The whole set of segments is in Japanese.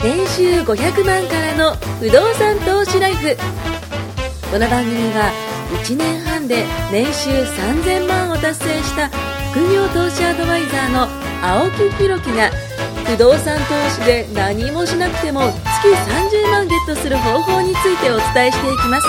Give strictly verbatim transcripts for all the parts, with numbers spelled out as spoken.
年収ごひゃくまんからの不動産投資ライフ。この番組はいちねんはんで年収さんぜんまんを達成した副業投資アドバイザーの青木弘樹が不動産投資で何もしなくても月さんじゅうまんゲットする方法についてお伝えしていきます。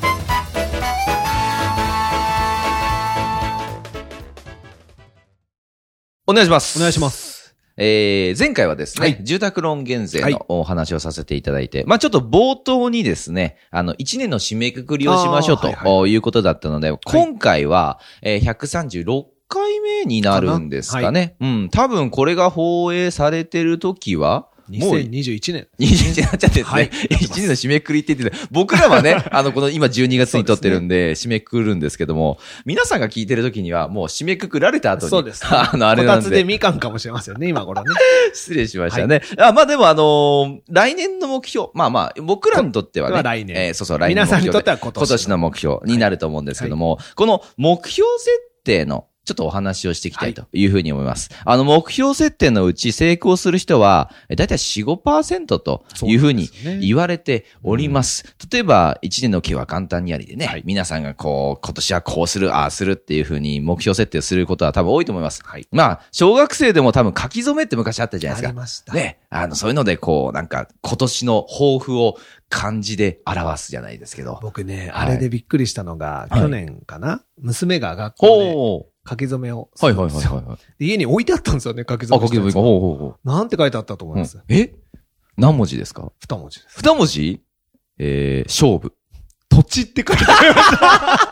お願いします。 お願いします。 えー、前回はですね、 はい、 住宅ローン減税のお話をさせていただいて、はい、まあちょっと冒頭にですね、あの、いちねんの締めくくりをしましょうと、はいはい、いうことだったので、今回は、えー、ひゃくさんじゅうろっかいめになるんですかね。はい、うん、多分これが放映されてる時は、 にせんにじゅういちねん。 にじゅういちねんになっちゃってですね。はい、いちねんの締めくくりって言ってて、僕らはね、あの、この今じゅうにがつに撮ってるんで、締めくくるんですけども、皆さんが聞いてる時にはもう締めくくられた後に。 そうです、ね。 あの、あれなんで。 こたつでみかんかもしれませんね、今頃ね。 失礼しましたね。はい、あまあでもあのー、来年の目標、まあまあ、僕らにとってはね。 来年。 えー、そうそう、来年の目標。 皆さんにとっては今年。 今年の目標になると思うんですけども、はい、この目標設定の、ちょっとお話をしていきたいというふうに思います。はい、あの、目標設定のうち成功する人は、だいたいよん、ごパーセント というふうに言われております。すね、うん、例えば、いちねんの計は簡単にありでね、はい、皆さんがこう、今年はこうする、ああするっていうふうに目標設定することは多分多いと思います。はい、まあ、小学生でも多分書き初めって昔あったじゃないですか。 ありました。 ね、あの、そういうのでこう、なんか、今年の抱負を漢字で表すじゃないですけど。 僕ね、はい、あれでびっくりしたのが、去年かな、はい、娘が学校で、書き初めを。 はいはいはいはい。 家に置いてあったんですよね、書き初め。あ、書き初めか。ほうほうほう。なんて書いてあったと思います、 うん、え何文字ですか？ 二文字です。 二文字？えー、勝負。 土地って書いてありました。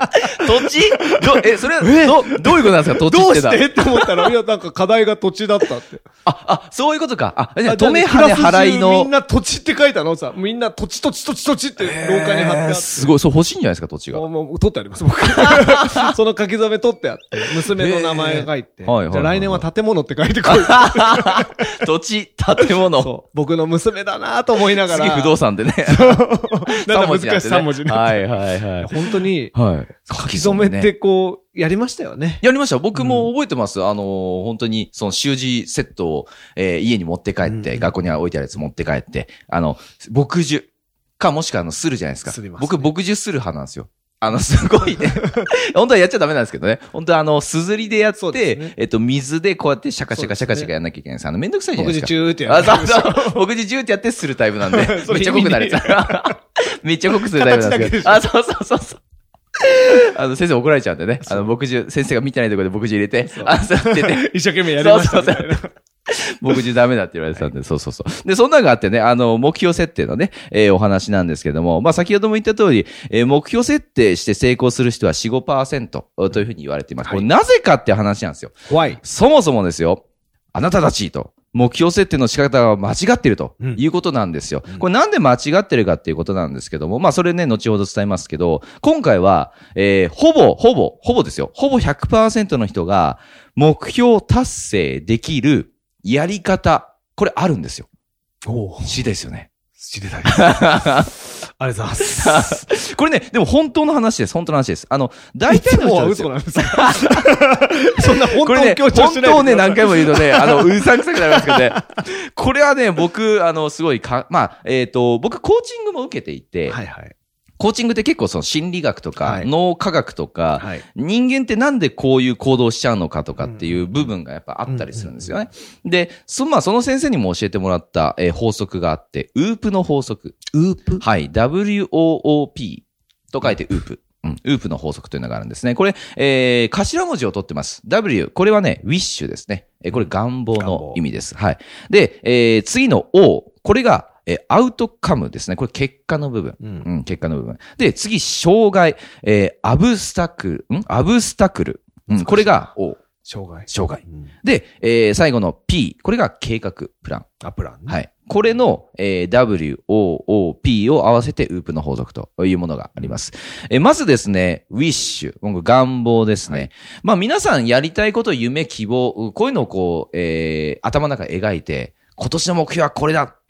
土地ど、え、それは、ど、どういうことなんですか土地って。 どうしてって思ったら、いや、なんか課題が土地だったって。 あ、あ、そういうことか。あ、じゃあ、止めはね払いの。 みんな土地って書いたのさ、みんな土地土地土地土地って廊下に貼ってあって。 すごい、そう欲しいんじゃないですか、土地が。 もう、取ってあります、僕。その書き初め取ってあって、娘の名前が書いて。はいはい。じゃあ来年は建物って書いてこい。 土地、建物。 そう。僕の娘だなと思いながら。 次不動産でね。 なんか難しいさん文字ね。 はいはいはい。 本当に、 はい。 書き初めってこう、やりましたよね。 やりました。僕も覚えてます。うん、あの、本当に、その習字セットを、えー、家に持って帰って、うん、学校に置いてあるやつ持って帰って、あの、墨汁かもしくはあの、するじゃないですか。すります、ね。僕、墨汁する派なんですよ。あの、すごいね。本当はやっちゃダメなんですけどね。本当はあの、すずりでやって、ね、えっと、水でこうやってシャカシャカシャカシャカやんなきゃいけないんです。あの、めんどくさいじゃないですか。 墨汁チューってやる。 あ、そうそう。墨汁チューってやってするタイプなんで、めっちゃ濃くなるやつ。めっちゃ濃くするタイプなんですけど。あ、そうそうそうそう。あの、先生怒られちゃうんでね。あの、墨汁、先生が見てないところで墨汁入れて、あ、そうやってて。 一生懸命やりましたね。そうそうそう。 墨汁ダメだって言われてたんで、はい、そうそうそう。で、そんなのがあってね、あの、目標設定のね、えー、お話なんですけども、まあ、先ほども言った通り、えー、目標設定して成功する人はよん、ごパーセント というふうに言われています。はい、これなぜかって話なんですよ。 Why? そもそもですよ、あなたたちと、目標設定の仕方が間違っているということなんですよ。うん、これなんで間違ってるかっていうことなんですけども、まあそれね、後ほど伝えますけど、今回は、えー、ほぼ、ほぼ、ほぼですよ。ほぼ ひゃくパーセント の人が目標達成できるやり方、これあるんですよ。 おー。 知りたいですよね。 知りたいです。ありがとうございます。 これね、でも本当の話です。本当の話です。あの、大体の人は嘘なんですかそんな本当を強調してない。 本当をね、何回も言うとね、あの、うさんくさくなりますけどね。これはね、僕、あの、すごいか、まあ、えっと、僕、コーチングも受けていて、はいはい。コーチングって結構その心理学とか脳科学とか、はい、人間ってなんでこういう行動しちゃうのかとかっていう部分がやっぱあったりするんですよね。で、そ、まあその先生にも教えてもらった、えー、法則があって、ウープの法則。 ウープ？ はい。ダブリューオーオーピー と書いてウープ。うん。ウープの法則というのがあるんですね。これ、えー、頭文字を取ってます。W。これはね、ウィッシュですね。えー、これ願望の意味です。はい。で、えー、次の O。これが、えー、アウトカムですね。これ結果の部分。うん。うん、結果の部分。で、次、障害。えー、アブスタクル。んアブスタクル。うん。これが O。 障害。 障害。うん、で、えー、最後の P。これが計画、プラン。 あ、プラン、ね。 はい。これの、えー、ダブリューオーオーピー を合わせてウープの法則というものがあります。えー、まずですね、ウィッシュ。願望ですね。はい、まあ皆さんやりたいこと、夢、希望、こういうのをこう、えー、頭の中で描いて、今年の目標はこれだ。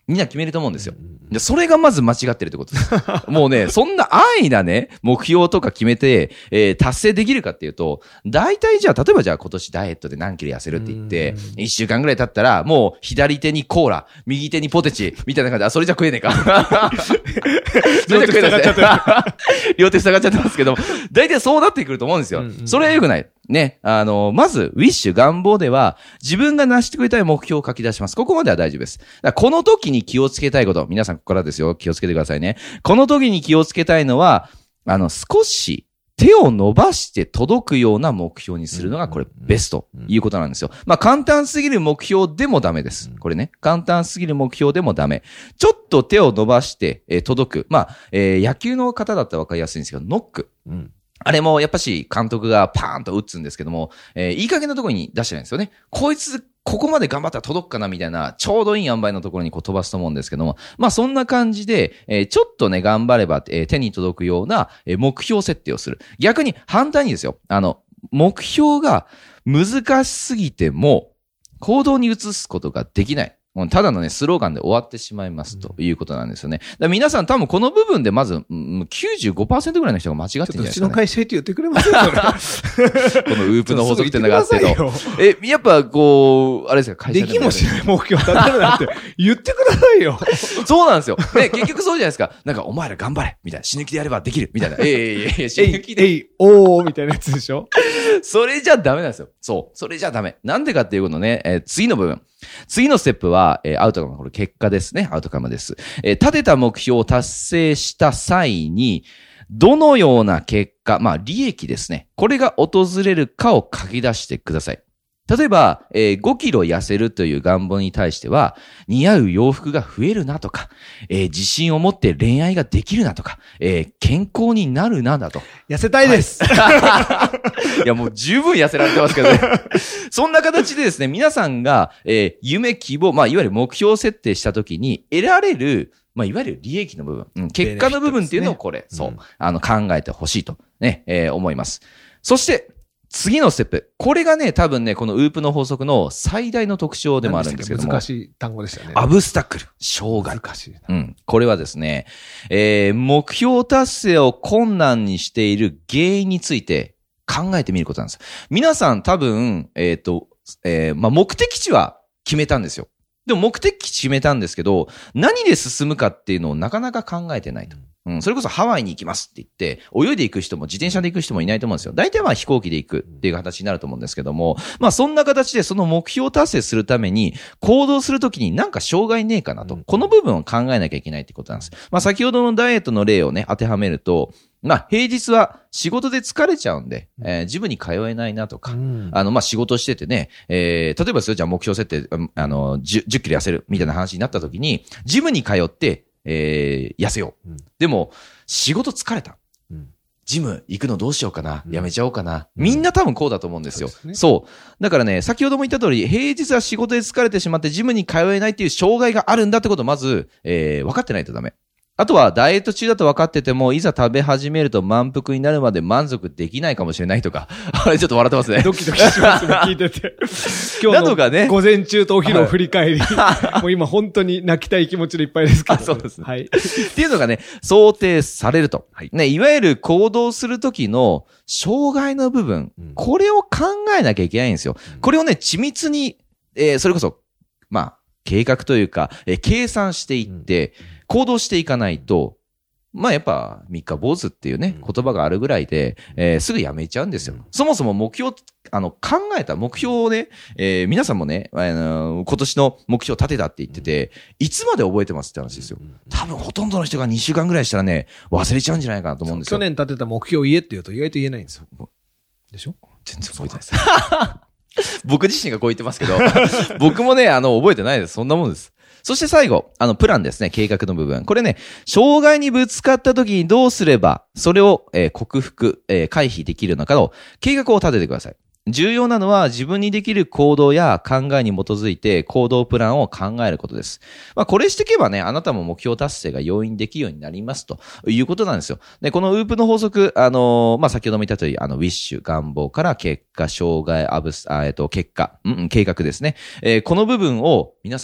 みんな決めると思うんですよ。で、それがまず間違ってるってことです。もうね、そんな安易なね、目標とか決めて、えー、達成できるかっていうと、大体じゃあ、例えばじゃあ今年ダイエットで何キロ痩せるって言って、一週間ぐらい経ったら、もう左手にコーラ、右手にポテチ、みたいな感じで、あ、それじゃ食えねえか。両手塞がっちゃってる。両手塞がっちゃってますけど、大体そうなってくると思うんですよ。それは良くない。ね、あの、まず、ウィッシュ、願望では、自分が成し遂げたい目標を書き出します。ここまでは大丈夫です。だからこの時に気をつけたいこと、皆さんここからですよ、気をつけてくださいね。この時に気をつけたいのは、あの、少し手を伸ばして届くような目標にするのが、これ、ベスト、いうことなんですよ。まあ、簡単すぎる目標でもダメです。これね、簡単すぎる目標でもダメ。ちょっと手を伸ばして、えー、届く。まあ、えー、野球の方だったらわかりやすいんですけど、ノック。うんあれもやっぱし監督がパーンと打つんですけども、えー、いい加減なところに出してないんですよね。こいつ、ここまで頑張ったら届くかなみたいな、ちょうどいい塩梅のところにこう飛ばすと思うんですけども、まあそんな感じで、えー、ちょっとね、頑張れば、えー、手に届くような、えー、目標設定をする。逆に反対にですよ、あの、目標が難しすぎても、行動に移すことができない。ただのね、スローガンで終わってしまいますということなんですよね。だから皆さん多分この部分でまず、きゅうじゅうごパーセント ぐらいの人が間違ってるんじゃないですか、ね。 うちの会社へって言ってくれますよ、 このウープの法則っていうのがあってと。え、やっぱこう、あれですか、会社できもしない目標立てるなんて言ってくださいよ。 そうなんですよ。ね、結局そうじゃないですか。なんかお前ら頑張れみたいな。死ぬ気でやればできるみたいな。ええええええ、死ぬ気で。 えい、おーみたいなやつでしょ。 それじゃダメなんですよ。そう。それじゃダメ。なんでかっていうことね、えー、次の部分。次のステップは、えー、アウトカム、これ結果ですね。アウトカムです。えー、立てた目標を達成した際に、どのような結果、まあ利益ですね。これが訪れるかを書き出してください。例えば、えー、ごキロ痩せるという願望に対しては、似合う洋服が増えるなとか、えー、自信を持って恋愛ができるなとか、えー、健康になるなだと。 痩せたいです。 はい、いや、もう十分痩せられてますけどね。そんな形でですね、皆さんが、えー、夢、希望、まあ、いわゆる目標設定したときに得られる、まあ、いわゆる利益の部分、うん、結果の部分っていうのをこれ、ね、そう、うん、あの、考えてほしいと、ね、えー、思います。そして、次のステップ。これがね、多分ね、このウープの法則の最大の特徴でもあるんですけども。 難しい単語でしたね。 アブスタクル。障害。 難しい。 うん。これはですね、えー、目標達成を困難にしている原因について考えてみることなんです。皆さん多分、えっと、えー、まあ、目的地は決めたんですよ。でも目的地決めたんですけど、何で進むかっていうのをなかなか考えてないと。うん、それこそハワイに行きますって言って、泳いで行く人も自転車で行く人もいないと思うんですよ。大体は飛行機で行くっていう形になると思うんですけども、まあそんな形でその目標を達成するために行動するときになんか障害ねえかなと、この部分を考えなきゃいけないってことなんです。まあ先ほどのダイエットの例をね、当てはめると、まあ平日は仕事で疲れちゃうんで、えー、ジムに通えないなとか、うん、あのまあ仕事しててね、えー、例えばですよ、じゃあ目標設定、あの 10, 10キロ痩せるみたいな話になったときに、ジムに通って、えー、痩せよう。うん、でも、仕事疲れた。うん、ジム行くのどうしようかな。やめちゃおうかな。うん、みんな多分こうだと思うんですよ。そうですね。そう。だからね、先ほども言った通り、平日は仕事で疲れてしまってジムに通えないっていう障害があるんだってことをまず、えー、分かってないとダメ。あとは、ダイエット中だと分かってても、いざ食べ始めると満腹になるまで満足できないかもしれないとか。あれ、ちょっと笑ってますね。 ドキドキしますね、聞いてて。今日のね、午前中とお昼を振り返り、はい、もう今本当に泣きたい気持ちでいっぱいですけど、ね。 あ、そうですね。 はい。 っていうのがね、想定されると。はい。ね、いわゆる行動するときの障害の部分、うん、これを考えなきゃいけないんですよ。うん、これをね、緻密に、えー、それこそ、まあ、計画というか、えー、計算していって、うん行動していかないと、まあやっぱ三日坊主っていうね、言葉があるぐらいで、えー、すぐやめちゃうんですよ。そもそも目標、あの、考えた目標をね、えー、皆さんもね、あのー、今年の目標立てたって言ってて、いつまで覚えてますって話ですよ。多分ほとんどの人がにしゅうかんぐらいしたらね、忘れちゃうんじゃないかなと思うんですよ。 去年立てた目標を言えって言うと意外と言えないんですよ。でしょ？ 全然覚えてないです。僕自身がこう言ってますけど、僕もね、あの、覚えてないです。そんなもんです。そして最後、あの、プランですね、計画の部分。これね、障害にぶつかった時にどうすれば、それを、えー、克服、えー、回避できるのかの計画を立ててください。重要なのは自分にできる行動や考えに基づいて行動プランを考えることです。まあ、これしていけばね、あなたも目標達成が容易にできるようになりますということなんですよ。で、このウープの法則、あのー、まあ、先ほども言った通り、あの、ウィッシュ、願望から結果、障害、アブス、あ、えっと、結果、うん、計画ですね。えー、この部分を皆さん、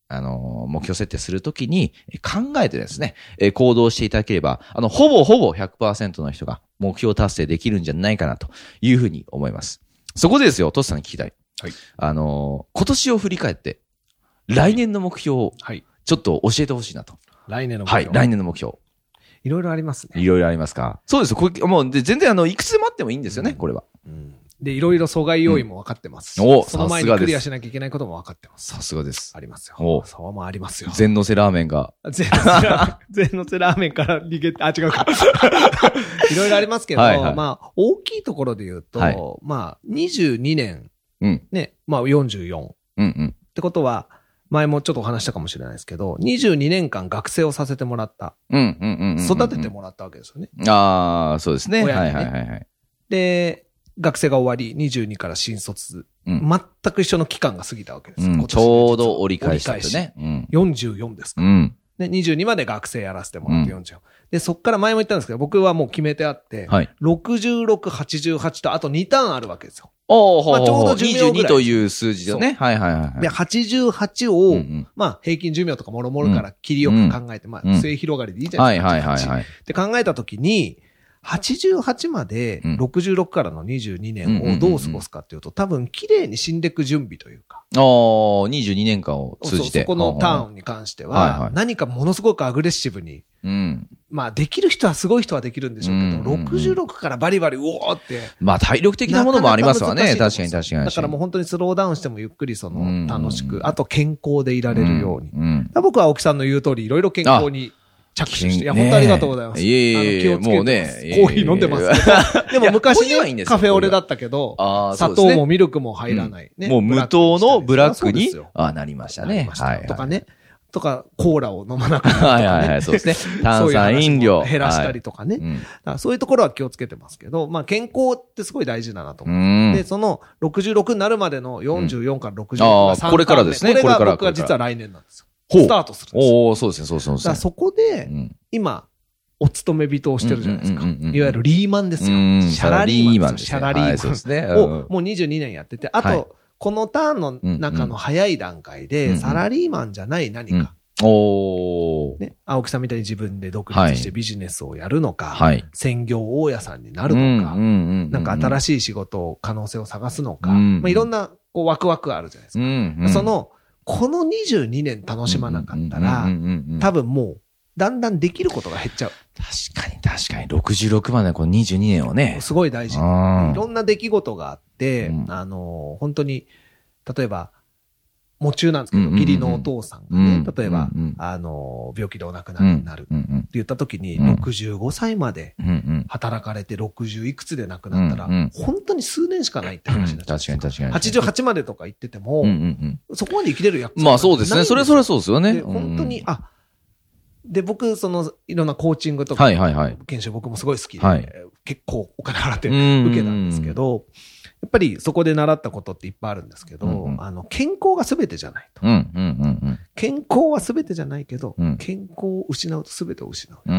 あの、目標設定するときに考えてですね、え行動していただければ、あの、ほぼほぼ ひゃくパーセント の人が目標達成できるんじゃないかなというふうに思います。そこでですよ、トシさんに聞きたい。はい。あの、今年を振り返って、来年の目標を、ちょっと教えてほしいなと。 来年の目標。 はい、来年の目標。 いろいろありますね。 いろいろありますか。そうです。これ、もう、で全然あの、いくつでもあってもいいんですよね、うん、これは。 うんで、いろいろ阻害要因も分かってますし、 うん、おその前にクリアしなきゃいけないことも分かってます。 さすがです。 ありますよ。おそうもありますよ。 全のせラーメンが。 全のせラーメン、全のせラーメンから逃げて、あ、違うか。いろいろありますけど、はいはい、まあ、大きいところで言うと、はい、まあ、にじゅうにねん、うん、ね、まあ、よんじゅうよん。うんうん。ってことは、前もちょっとお話したかもしれないですけど、にじゅうにねんかん学生をさせてもらった。 うんうんうんうん。 育ててもらったわけですよね。 ああ、そうですね。 親にね。 はいはいはいはい。 で、学生が終わり、にじゅうにから新卒、うん、全く一緒の期間が過ぎたわけです。 うん、 今年ちょうど折り返したってね。 うん、よんじゅうよんですから、うん。で、にじゅうにまで学生やらせてもらってよんじゅうよん。うん、で、そっから前も言ったんですけど、僕はもう決めてあって、はい、ろくじゅうろく、はちじゅうはちとあとにターンあるわけですよ。 おー、まあ、ちょうど寿命ぐらい。にじゅうにという数字だね。はいはいはい。 で、はちじゅうはちを、うんうん、まあ、平均寿命とかもろもろから切りよく考えて、うん、まあ、末広がりでいいじゃないですか。はいはいはい、はい。って考えたときに、はちじゅうはちまでろくじゅうろくからのにじゅうにねんをどう過ごすかっていうと、多分綺麗に死んでいく準備というか。 ああ、にじゅうにねんかんを通じて。 そう、そこのターンに関しては、何かものすごくアグレッシブに。うん、まあ、できる人はすごい人はできるんでしょうけど、ろくじゅうろくからバリバリうおーって。 まあ、体力的なものもありますわね。確かに確かに。 だからもう本当にスローダウンしてもゆっくりその、楽しく、あと健康でいられるように。僕は青木さんの言う通り、いろいろ健康に。着手して。いや、本当ありがとうございます。 いえいえ、 気をつけてもうね、コーヒー飲んでますけど。でも昔ね、カフェオレだったけど、砂糖もミルクも入らない。 もう無糖のブラックに、あ、なりましたね。 はい。とかね。とか、コーラを飲まなくなるとかね。 はいはい、そうですね。炭酸飲料。 減らしたりとかね。そういうところは気をつけてますけど、まあ健康ってすごい大事だなと思う。で、そのろくじゅうろくになるまでのよんじゅうよんからろくじゅうろくがさんかんめ。 これからですね。 これが僕は実は来年なんですよ。スタートするんですよ。 おー、そうですね、そうそうそう。 そこで、今、お勤め人をしてるじゃないですか。いわゆるリーマンですよ。シャラリーマン。シャラリーマン。そうですね。を、もうにじゅうにねんやってて、あと、このターンの中の早い段階で、サラリーマンじゃない何か。 おね。青木さんみたいに自分で独立してビジネスをやるのか、専業大家さんになるのか、なんか新しい仕事、可能性を探すのか、まあいろんなこうワクワクあるじゃないですか。その、このにじゅうにねん楽しまなかったら、多分もう、だんだんできることが減っちゃう。 確かに確かに。ろくじゅうろくまでこのにじゅうにねんをね。 すごい大事。いろんな出来事があって、うん、あの、本当に、例えば、喪中なんですけど、義理のお父さんがね、例えば、あの、病気でお亡くなりになるって言った時に、ろくじゅうごさいまで働かれてろくじゅういくつで亡くなったら、本当に数年しかないって話になっちゃう。 確かに確かに。 はちじゅうはちまでとか言ってても、そこまで生きれる役まあそうですね。それそれそうですよね。 本当に、あ、で、僕、その、いろんなコーチングとか、研修僕もすごい好きで、結構お金払って受けたんですけど、やっぱりそこで習ったことっていっぱいあるんですけど、あの、健康が全てじゃないと。健康は全てじゃないけど、健康を失うと全てを失う。 うん、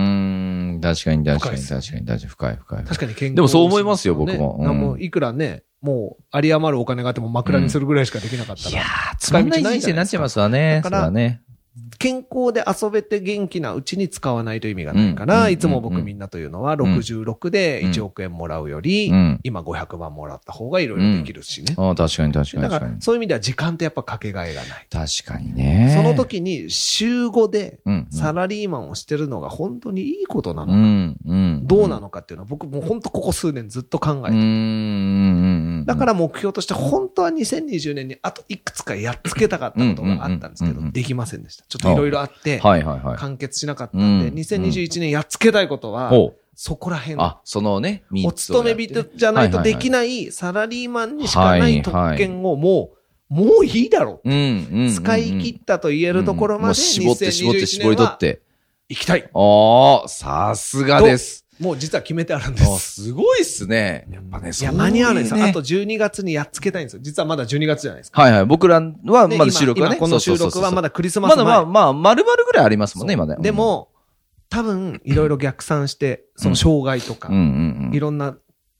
確かに確かに確かに確かに深い深い。 確かに健康。 でもそう思いますよ、僕も。 もういくらね、もう、有り余るお金があっても枕にするぐらいしかできなかったら。 いやー、使い道ない人生になっちゃいますわね。だからね。 健康で遊べて元気なうちに使わないと意味がないから、いつも僕みんなというのはろくじゅうろくでいちおくえんもらうより、今ごひゃくまんもらった方がいろいろできるしね。 ああ、確かに確かに。 だからそういう意味では時間ってやっぱかけがえがない。 確かにね。 その時に週ごでサラリーマンをしてるのが本当にいいことなのか、どうなのかっていうのは僕もう本当ここ数年ずっと考えてる。だから目標として本当はにせんにじゅうねんにあといくつかやっつけたかったことがあったんですけど、できませんでした。ちょっといろいろあって、完結しなかったんで、にせんにじゅういちねんやっつけたいことは、そこら辺。 あ、そのね、 お勤め人じゃないとできないサラリーマンにしかない特権をもう、もういいだろう。使い切ったと言えるところまで、 絞って絞って絞り取って。 行きたい。 ああ、さすがです。 もう実は決めてあるんです。 すごいっすね。やっぱね、 いや、間に合わないんですよ。あとじゅうにがつにやっつけたいんですよ。実はまだじゅうにがつじゃないですか。 はいはい。僕らはまだ収録はね。 この収録はまだクリスマス前。 まだまあまあ、丸々ぐらいありますもんね、今ね。 でも、多分、いろいろ逆算して、その障害とか、いろんな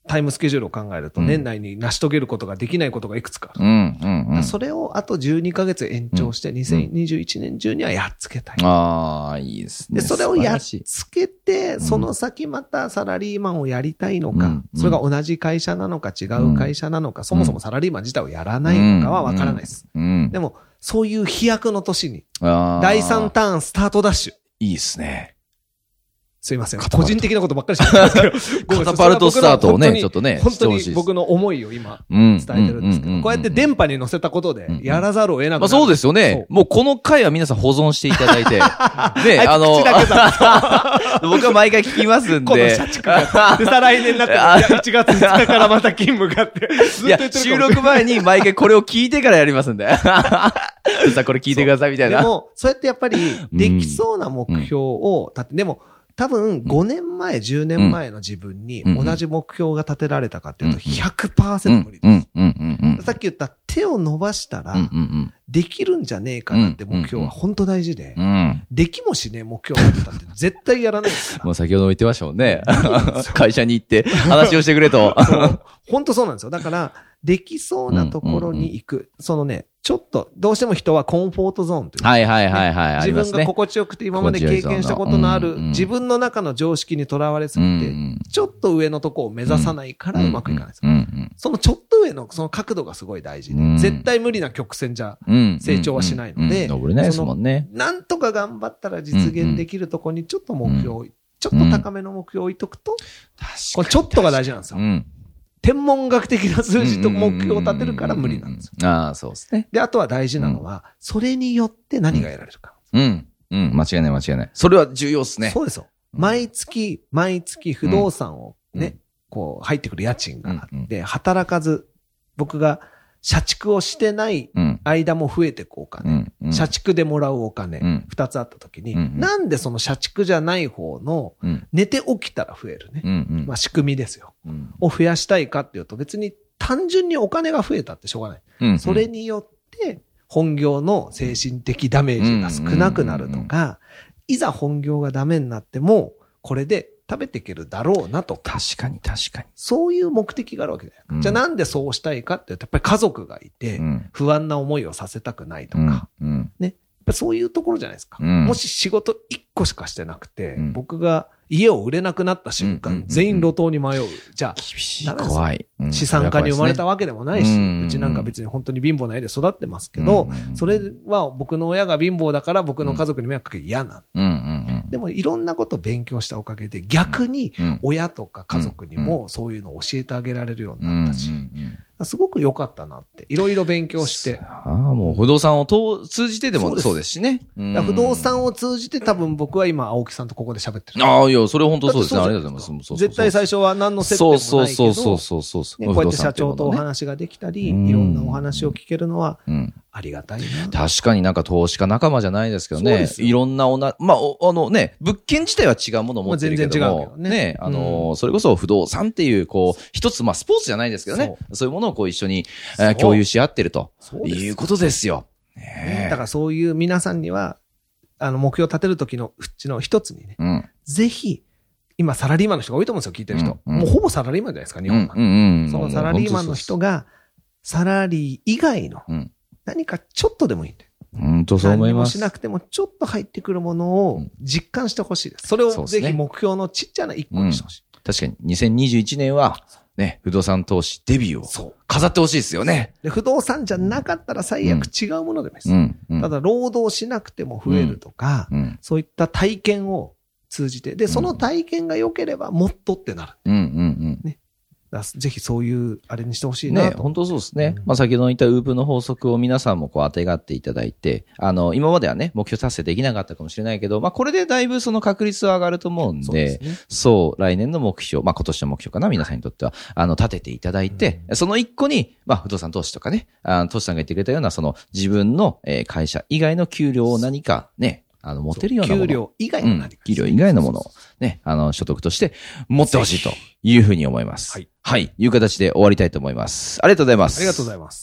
タイムスケジュールを考えると、年内に成し遂げることができないことがいくつかある。 うんうんうん、 それをあとじゅうにかげつ延長して、にせんにじゅういちねん中にはやっつけたい。 うん、ああ、いいですね。 で、それをやっつけて、その先またサラリーマンをやりたいのか、うん、それが同じ会社なのか違う会社なのか、うん、そもそもサラリーマン自体をやらないのかはわからないです。うんうん、でも、そういう飛躍の年に、だいさんターンスタートダッシュ。 いいですね。 すいません。個人的なことばっかりしてますけど。 カタパルトスタートをね、ちょっとね。 本当に僕の思いを今、伝えてるんですけど、こうやって電波に乗せたことで、やらざるを得なくなる。 まあそうですよね。もうこの回は皆さん保存していただいて。ね、あの、僕は毎回聞きますんで。 この社畜が。で、再来年になって、いや、いちがついつかからまた勤務があって。 いや、収録前に毎回これを聞いてからやりますんで。さあ、これ聞いてくださいみたいな。 でも、そうやってやっぱり、できそうな目標を立って、でも、多分ごねんまえ、じゅうねんまえの自分に同じ目標が立てられたかっていうと ひゃくパーセント 無理です。さっき言った手を伸ばしたらできるんじゃねえかなって目標は本当大事で、できもしねえ目標を立てたって絶対やらないですから。 もう先ほども言ってましたもんね。会社に行って話をしてくれと。 本当そうなんですよ。だから、できそうなところに行く。そのね、ちょっと、どうしても人はコンフォートゾーンという、ね。 はいはいはいはい。 自分が心地よくて今まで経験したことのある、自分の中の常識にとらわれすぎて、ちょっと上のとこを目指さないからうまくいかないです。そのちょっと上のその角度がすごい大事で、絶対無理な曲線じゃ成長はしないので、 登れないですもんね。 なんとか頑張ったら実現できるところにちょっと目標、ちょっと高めの目標を置いとくと、これちょっとが大事なんですよ。天文学的な数字と目標を立てるから無理なんですよ。 ああ、そうですね。 で、あとは大事なのは、それによって何が得られるか。 うん。うん。間違いない間違いない。それは重要ですね。 そうですよ。毎月、毎月不動産をね、こう入ってくる家賃があって、働かず、僕が社畜をしてない間も増えていくお金、社畜でもらうお金、二つあったときに、なんでその社畜じゃない方の寝て起きたら増えるね。まあ仕組みですよ。を増やしたいかっていうと別に単純にお金が増えたってしょうがない。それによって本業の精神的ダメージが少なくなるとか、いざ本業がダメになっても、これで食べていけるだろうなとか。 確かに確かに。 そういう目的があるわけだよ。うん、じゃあなんでそうしたいかって言うと、やっぱり家族がいて、不安な思いをさせたくないとか、うんうん、ね。やっぱそういうところじゃないですか。うん、もし仕事一個しかしてなくて、うん、僕が家を売れなくなった瞬間、うんうんうん、全員路頭に迷う。じゃあ、 厳しい。怖い。 資産家に生まれたわけでもないし、うん、うちなんか別に本当に貧乏な家で育ってますけど、うん、それは僕の親が貧乏だから僕の家族に迷惑かけ嫌な、うんうんうん。でもいろんなことを勉強したおかげで逆に親とか家族にもそういうのを教えてあげられるようになったし、すごく良かったなって、いろいろ勉強して。 ああ、もう不動産を通じてでもそうですしね。 不動産を通じて多分僕は今青木さんとここで喋ってる。 ああ、いや、それ本当そうですね。ありがとうございます。 絶対最初は何の接点もないけど。 そうそうそうそうそう、 ね。こうやって社長とお話ができたり、いろんなお話を聞けるのは、ありがたいな。 確かになんか投資家仲間じゃないですけどね。いろんなおな、まあ、あのね、物件自体は違うものを持ってるけども。全然違うけどね。ね、あの、それこそ不動産っていう、こう、一つ、まあ、スポーツじゃないですけどね。そういうものをこう一緒に共有し合ってるということですよ。 ね、だからそういう皆さんには、あの、目標を立てるときのうちの一つにね、うん、ぜひ、今サラリーマンの人が多いと思うんですよ、聞いてる人。うんうん、もうほぼサラリーマンじゃないですか、日本は。うんうんうん、そのサラリーマンの人が、サラリー以外の、何かちょっとでもいいんで。 本当そう思います。 何もしなくてもちょっと入ってくるものを実感してほしいです。それをぜひ目標のちっちゃな一個にしてほしい、 うん。確かに、にせんにじゅういちねんは、ね、不動産投資デビューを飾ってほしいですよね。 で、不動産じゃなかったら最悪違うものでもいいです。うんうん、ただ、労働しなくても増えるとか、うんうん、そういった体験を通じて、で、その体験が良ければもっとってなる。うんうんうんね、ぜひそういうあれにしてほしいなと。 ね、本当そうですね。うん、まあ先ほど言ったウープの法則を皆さんもこう当てがっていただいて、あの、今まではね、目標達成できなかったかもしれないけど、まあこれでだいぶその確率は上がると思うんで、そうですね、そう、来年の目標、まあ今年の目標かな、皆さんにとっては、あの、立てていただいて、うん、その一個に、まあ不動産投資とかね、あの、投資さんが言ってくれたような、その自分の、えー、会社以外の給料を何かね、あの、持てるようなもの。 給料以外の何か、 うん。給料以外のものをね、あの、所得として持ってほしいというふうに思います。はい。はい。いう形で終わりたいと思います。ありがとうございます。 ありがとうございます。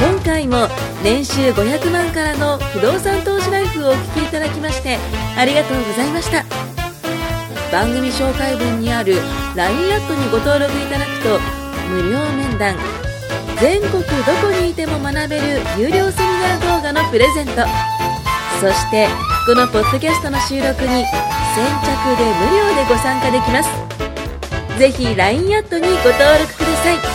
今回も年収ごひゃくまんからの不動産投資ライフをお聞きいただきましてありがとうございました。番組紹介文にある ライン アットにご登録いただくと無料面談、全国どこにいても学べる有料セミナー動画のプレゼント、そしてこのポッドキャストの収録に先着で無料でご参加できます。ぜひ ライン アットにご登録ください。